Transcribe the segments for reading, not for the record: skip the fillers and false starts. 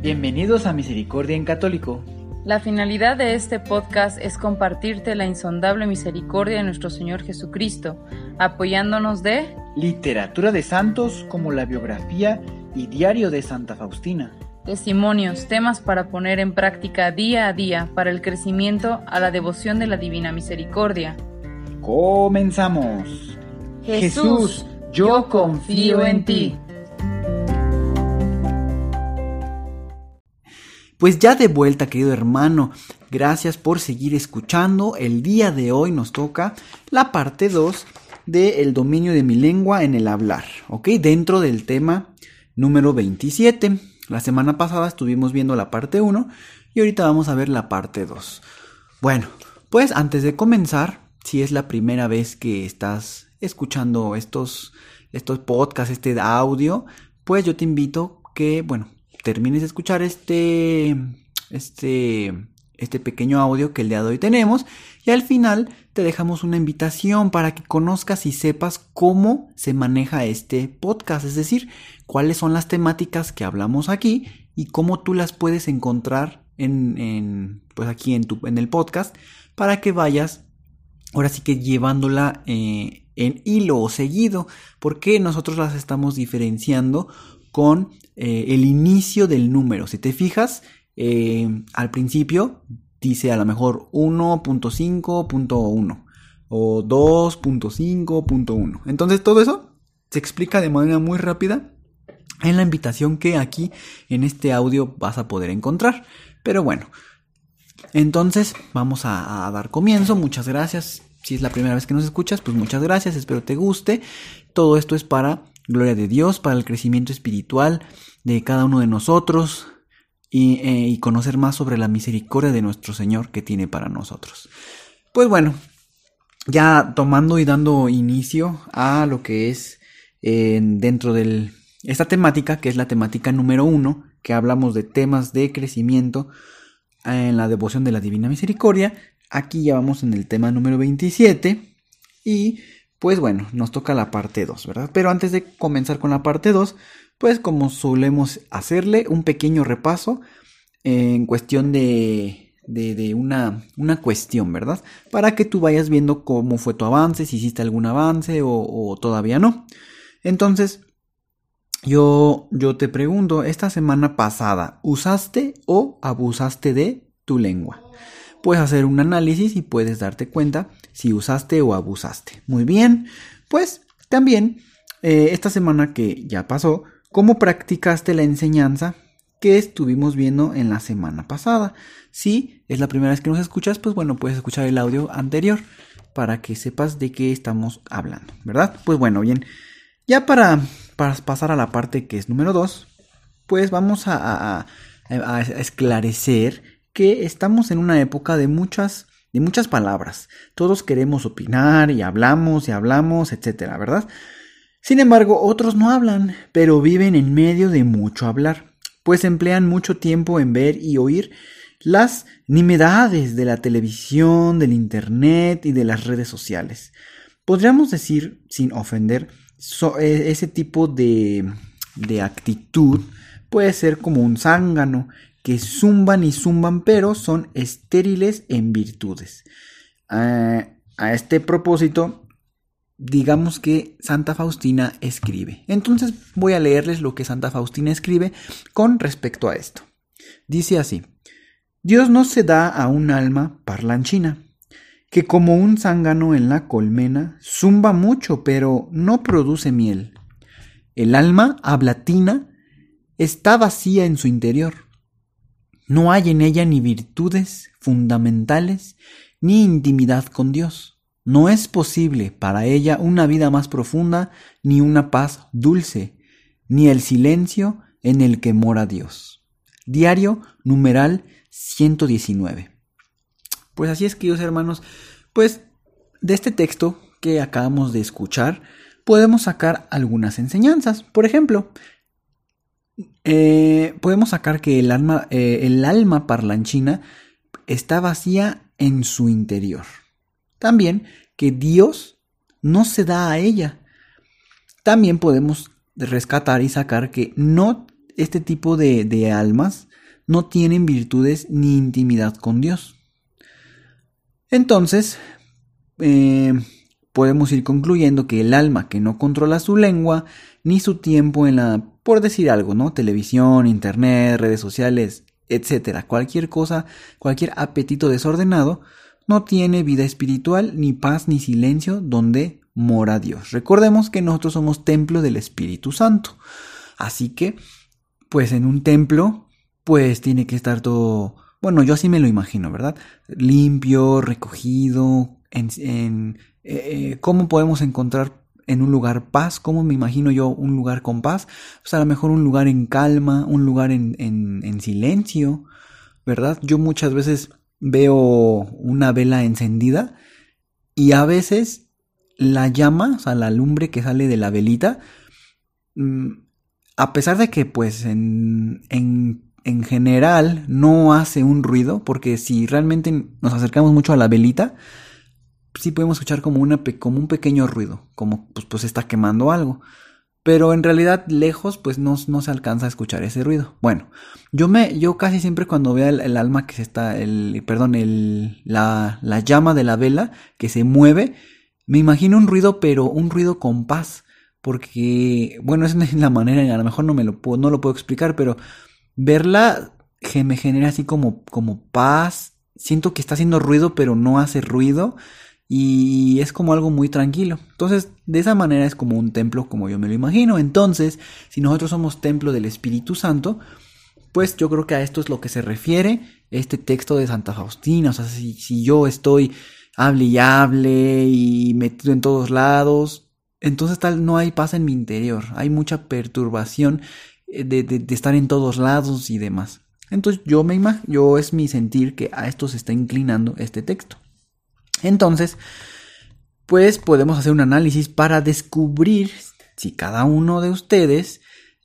Bienvenidos a Misericordia en Católico. La finalidad de este podcast es compartirte la insondable misericordia de nuestro Señor Jesucristo, apoyándonos de literatura de santos como la biografía y diario de Santa Faustina, testimonios, temas para poner en práctica día a día para el crecimiento a la devoción de la Divina Misericordia. ¡Comenzamos! Jesús, yo confío en ti. Pues ya de vuelta, querido hermano, gracias por seguir escuchando. El día de hoy nos toca la parte 2 del dominio de mi lengua en el hablar, ¿ok? Dentro del tema número 27. La semana pasada estuvimos viendo la parte 1 y ahorita vamos a ver la parte 2. Bueno, pues antes de comenzar, si es la primera vez que estás escuchando estos podcasts, este audio, pues yo te invito que, termines de escuchar este pequeño audio que el día de hoy tenemos y al final te dejamos una invitación para que conozcas y sepas cómo se maneja este podcast, es decir, cuáles son las temáticas que hablamos aquí y cómo tú las puedes encontrar aquí en el podcast para que vayas ahora sí que llevándola en hilo o seguido, porque nosotros las estamos diferenciando con el inicio del número. Si te fijas, al principio dice a lo mejor 1.5.1 o 2.5.1. Entonces todo eso se explica de manera muy rápida en la invitación que aquí en este audio vas a poder encontrar. Pero bueno, entonces vamos a dar comienzo. Muchas gracias. Si es la primera vez que nos escuchas, pues muchas gracias. Espero te guste. Todo esto es para gloria de Dios, para el crecimiento espiritual de cada uno de nosotros y conocer más sobre la misericordia de nuestro Señor que tiene para nosotros. Pues bueno, ya tomando y dando inicio a lo que es dentro de esta temática, que es la temática número 1, que hablamos de temas de crecimiento en la devoción de la Divina Misericordia. Aquí ya vamos en el tema número 27 y pues bueno, nos toca la parte 2, ¿verdad? Pero antes de comenzar con la parte 2, pues como solemos hacerle un pequeño repaso en cuestión de una cuestión, ¿verdad? Para que tú vayas viendo cómo fue tu avance, si hiciste algún avance o todavía no. Entonces, yo te pregunto, esta semana pasada, ¿usaste o abusaste de tu lengua? Puedes hacer un análisis y puedes darte cuenta si usaste o abusaste. Muy bien, pues también esta semana que ya pasó, ¿cómo practicaste la enseñanza que estuvimos viendo en la semana pasada? Si es la primera vez que nos escuchas, pues bueno, puedes escuchar el audio anterior para que sepas de qué estamos hablando, ¿verdad? Pues bueno, bien, ya para pasar a la parte que es número 2, pues vamos a esclarecer que estamos en una época de muchas palabras. Todos queremos opinar y hablamos, etcétera, ¿verdad? Sin embargo, otros no hablan, pero viven en medio de mucho hablar, pues emplean mucho tiempo en ver y oír las nimiedades de la televisión, del internet y de las redes sociales. Podríamos decir, sin ofender, ese tipo de actitud puede ser como un zángano, que zumban y zumban, pero son estériles en virtudes. A este propósito, digamos que Santa Faustina escribe. Entonces voy a leerles lo que Santa Faustina escribe con respecto a esto. Dice así: Dios no se da a un alma parlanchina, que como un zángano en la colmena, zumba mucho, pero no produce miel. El alma hablatina está vacía en su interior. No hay en ella ni virtudes fundamentales, ni intimidad con Dios. No es posible para ella una vida más profunda, ni una paz dulce, ni el silencio en el que mora Dios. Diario numeral 119. Pues así es, queridos hermanos, pues de este texto que acabamos de escuchar, podemos sacar algunas enseñanzas. Por ejemplo, podemos sacar que el alma parlanchina está vacía en su interior. También que Dios no se da a ella. También podemos rescatar y sacar que no este tipo de almas no tienen virtudes ni intimidad con Dios. Entonces, podemos ir concluyendo que el alma que no controla su lengua ni su tiempo en la, por decir algo, ¿no? Televisión, internet, redes sociales, etcétera, cualquier cosa, cualquier apetito desordenado, no tiene vida espiritual, ni paz, ni silencio donde mora Dios. Recordemos que nosotros somos templo del Espíritu Santo. Así que, pues en un templo, pues tiene que estar todo, bueno, yo así me lo imagino, ¿verdad? Limpio, recogido, ¿cómo podemos encontrar en un lugar paz? ¿Cómo me imagino yo un lugar con paz? Pues a lo mejor un lugar en calma, un lugar en silencio, ¿verdad? Yo muchas veces veo una vela encendida y a veces la llama, o sea, la lumbre que sale de la velita, a pesar de que pues en general no hace un ruido, porque si realmente nos acercamos mucho a la velita, sí podemos escuchar como un pequeño ruido, como pues está quemando algo. Pero en realidad lejos pues no se alcanza a escuchar ese ruido. Bueno, yo casi siempre cuando veo el alma que se está, la llama de la vela que se mueve, me imagino un ruido, pero un ruido con paz. Porque, bueno, esa es la manera, a lo mejor no lo puedo explicar, pero verla que me genera así como paz. Siento que está haciendo ruido, pero no hace ruido. Y es como algo muy tranquilo. Entonces, de esa manera es como un templo como yo me lo imagino. Entonces, si nosotros somos templo del Espíritu Santo, pues yo creo que a esto es lo que se refiere este texto de Santa Faustina. O sea, si yo estoy hable y metido en todos lados, entonces no hay paz en mi interior. Hay mucha perturbación de estar en todos lados y demás. Entonces yo es mi sentir que a esto se está inclinando este texto. Entonces, pues podemos hacer un análisis para descubrir si cada uno de ustedes,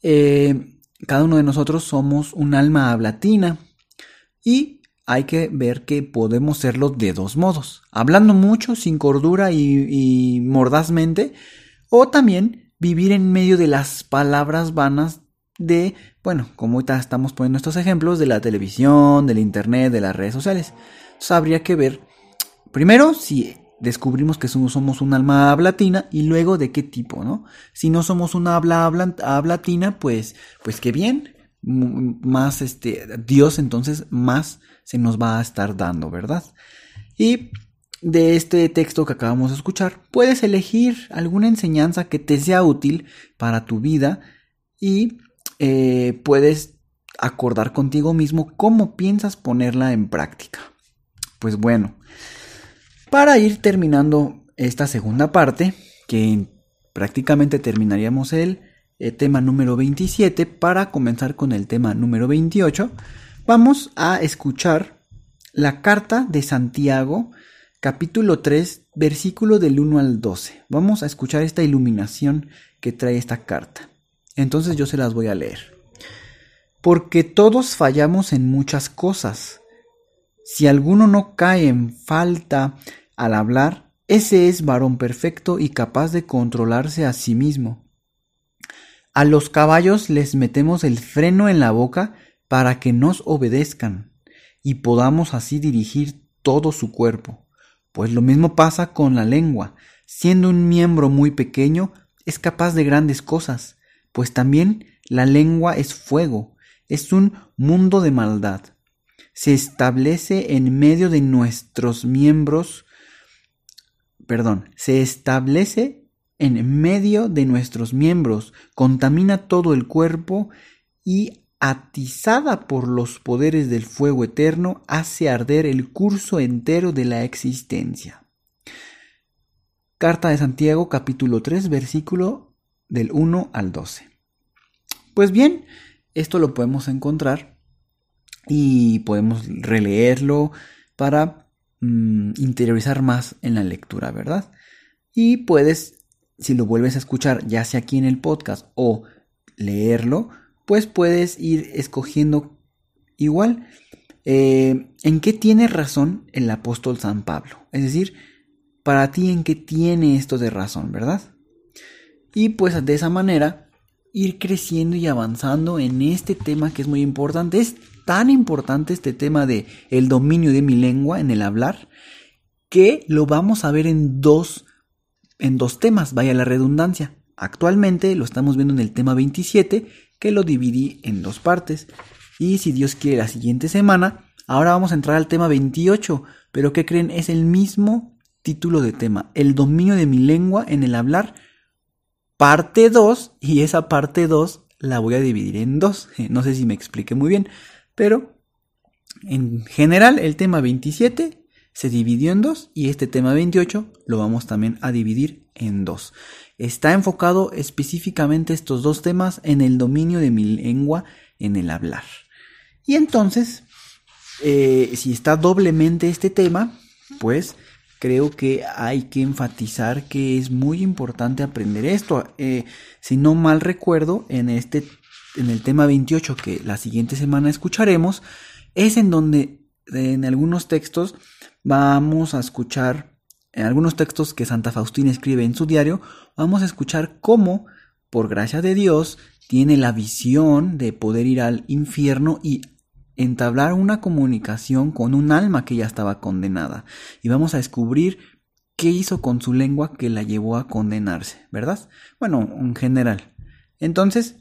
cada uno de nosotros somos un alma hablatina. Y hay que ver que podemos serlo de dos modos: hablando mucho, sin cordura y mordazmente, o también vivir en medio de las palabras vanas de, bueno, como ahorita estamos poniendo estos ejemplos, de la televisión, del internet, de las redes sociales. Entonces habría que ver primero si descubrimos que somos un alma hablatina y luego de qué tipo, ¿no? Si no somos una hablatina, pues qué bien, más Dios entonces más se nos va a estar dando, ¿verdad? Y de este texto que acabamos de escuchar, puedes elegir alguna enseñanza que te sea útil para tu vida y puedes acordar contigo mismo cómo piensas ponerla en práctica. Pues bueno, para ir terminando esta segunda parte, que prácticamente terminaríamos el tema número 27 para comenzar con el tema número 28, vamos a escuchar la carta de Santiago, capítulo 3, versículo del 1 al 12. Vamos a escuchar esta iluminación que trae esta carta. Entonces yo se las voy a leer. Porque todos fallamos en muchas cosas. Si alguno no cae en falta al hablar, ese es varón perfecto y capaz de controlarse a sí mismo. A los caballos les metemos el freno en la boca para que nos obedezcan y podamos así dirigir todo su cuerpo. Pues lo mismo pasa con la lengua. Siendo un miembro muy pequeño, es capaz de grandes cosas, pues también la lengua es fuego, es un mundo de maldad. Se establece en medio de nuestros miembros, contamina todo el cuerpo y, atizada por los poderes del fuego eterno, hace arder el curso entero de la existencia. Carta de Santiago, capítulo 3, versículo del 1 al 12. Pues bien, esto lo podemos encontrar y podemos releerlo para interiorizar más en la lectura, ¿verdad? Y puedes, si lo vuelves a escuchar, ya sea aquí en el podcast o leerlo, pues puedes ir escogiendo igual en qué tiene razón el apóstol San Pablo. Es decir, para ti en qué tiene esto de razón, ¿verdad? Y pues de esa manera ir creciendo y avanzando en este tema que es muy importante. Es tan importante este tema de el dominio de mi lengua en el hablar, que lo vamos a ver en dos temas, vaya la redundancia. Actualmente lo estamos viendo en el tema 27, que lo dividí en 2 partes. Y si Dios quiere, la siguiente semana, ahora vamos a entrar al tema 28. Pero ¿qué creen? Es el mismo título de tema, el dominio de mi lengua en el hablar, parte 2, y esa parte 2 la voy a dividir en 2. No sé si me expliqué muy bien, pero en general el tema 27 se dividió en 2 y este tema 28 lo vamos también a dividir en 2. Está enfocado específicamente estos 2 temas en el dominio de mi lengua en el hablar. Y entonces, si está doblemente este tema, pues creo que hay que enfatizar que es muy importante aprender esto. Si no mal recuerdo, en el tema 28 que la siguiente semana escucharemos, es en donde en algunos textos vamos a escuchar, en algunos textos que Santa Faustina escribe en su diario, vamos a escuchar cómo, por gracia de Dios, tiene la visión de poder ir al infierno y entablar una comunicación con un alma que ya estaba condenada. Y vamos a descubrir qué hizo con su lengua que la llevó a condenarse, ¿verdad? Bueno, en general. Entonces,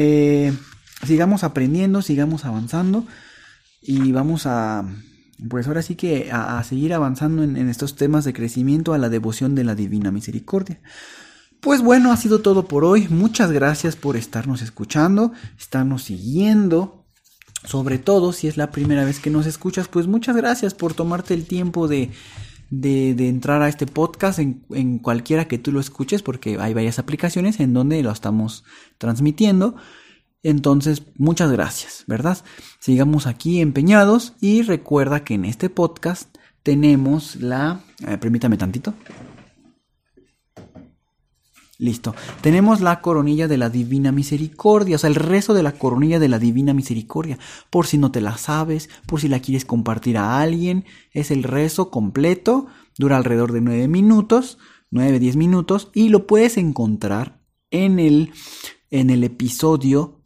sigamos aprendiendo, sigamos avanzando y vamos a, pues ahora sí que a seguir avanzando en estos temas de crecimiento a la devoción de la Divina Misericordia. Pues bueno, ha sido todo por hoy. Muchas gracias por estarnos escuchando, estarnos siguiendo. Sobre todo si es la primera vez que nos escuchas, pues muchas gracias por tomarte el tiempo de entrar a este podcast en cualquiera que tú lo escuches, porque hay varias aplicaciones en donde lo estamos transmitiendo. Entonces, muchas gracias, ¿verdad? Sigamos aquí empeñados y recuerda que en este podcast tenemos permítame tantito. Listo. Tenemos la coronilla de la Divina Misericordia, o sea, el rezo de la coronilla de la Divina Misericordia. Por si no te la sabes, por si la quieres compartir a alguien, es el rezo completo, dura alrededor de 9 minutos, 9-10 minutos, y lo puedes encontrar en el episodio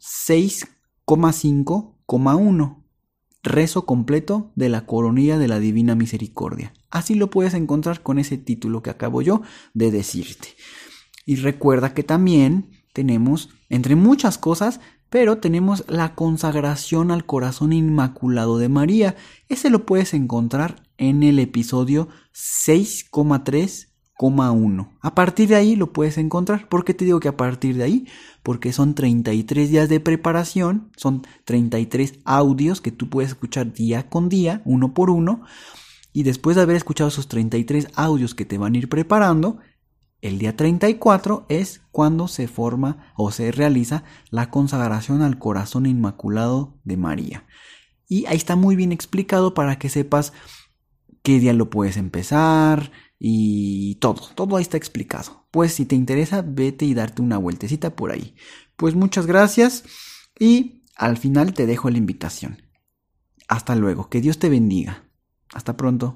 6,5,1. Rezo completo de la coronilla de la Divina Misericordia. Así lo puedes encontrar con ese título que acabo yo de decirte. Y recuerda que también tenemos, entre muchas cosas, pero tenemos la consagración al corazón inmaculado de María. Ese lo puedes encontrar en el episodio 6,3,1. A partir de ahí lo puedes encontrar. ¿Por qué te digo que a partir de ahí? Porque son 33 días de preparación, son 33 audios que tú puedes escuchar día con día, uno por uno. Y después de haber escuchado esos 33 audios que te van a ir preparando, el día 34 es cuando se forma o se realiza la consagración al corazón inmaculado de María. Y ahí está muy bien explicado para que sepas qué día lo puedes empezar y todo ahí está explicado. Pues si te interesa, vete y darte una vueltecita por ahí. Pues muchas gracias y al final te dejo la invitación. Hasta luego, que Dios te bendiga. Hasta pronto.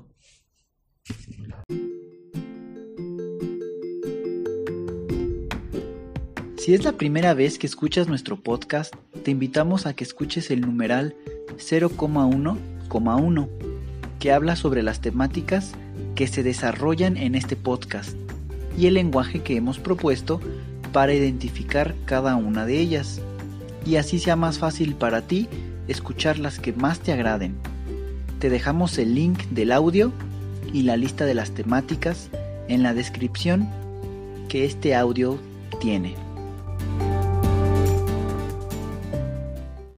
Si es la primera vez que escuchas nuestro podcast, te invitamos a que escuches el numeral 0,1,1, que habla sobre las temáticas que se desarrollan en este podcast y el lenguaje que hemos propuesto para identificar cada una de ellas, y así sea más fácil para ti escuchar las que más te agraden. Te dejamos el link del audio y la lista de las temáticas en la descripción que este audio tiene.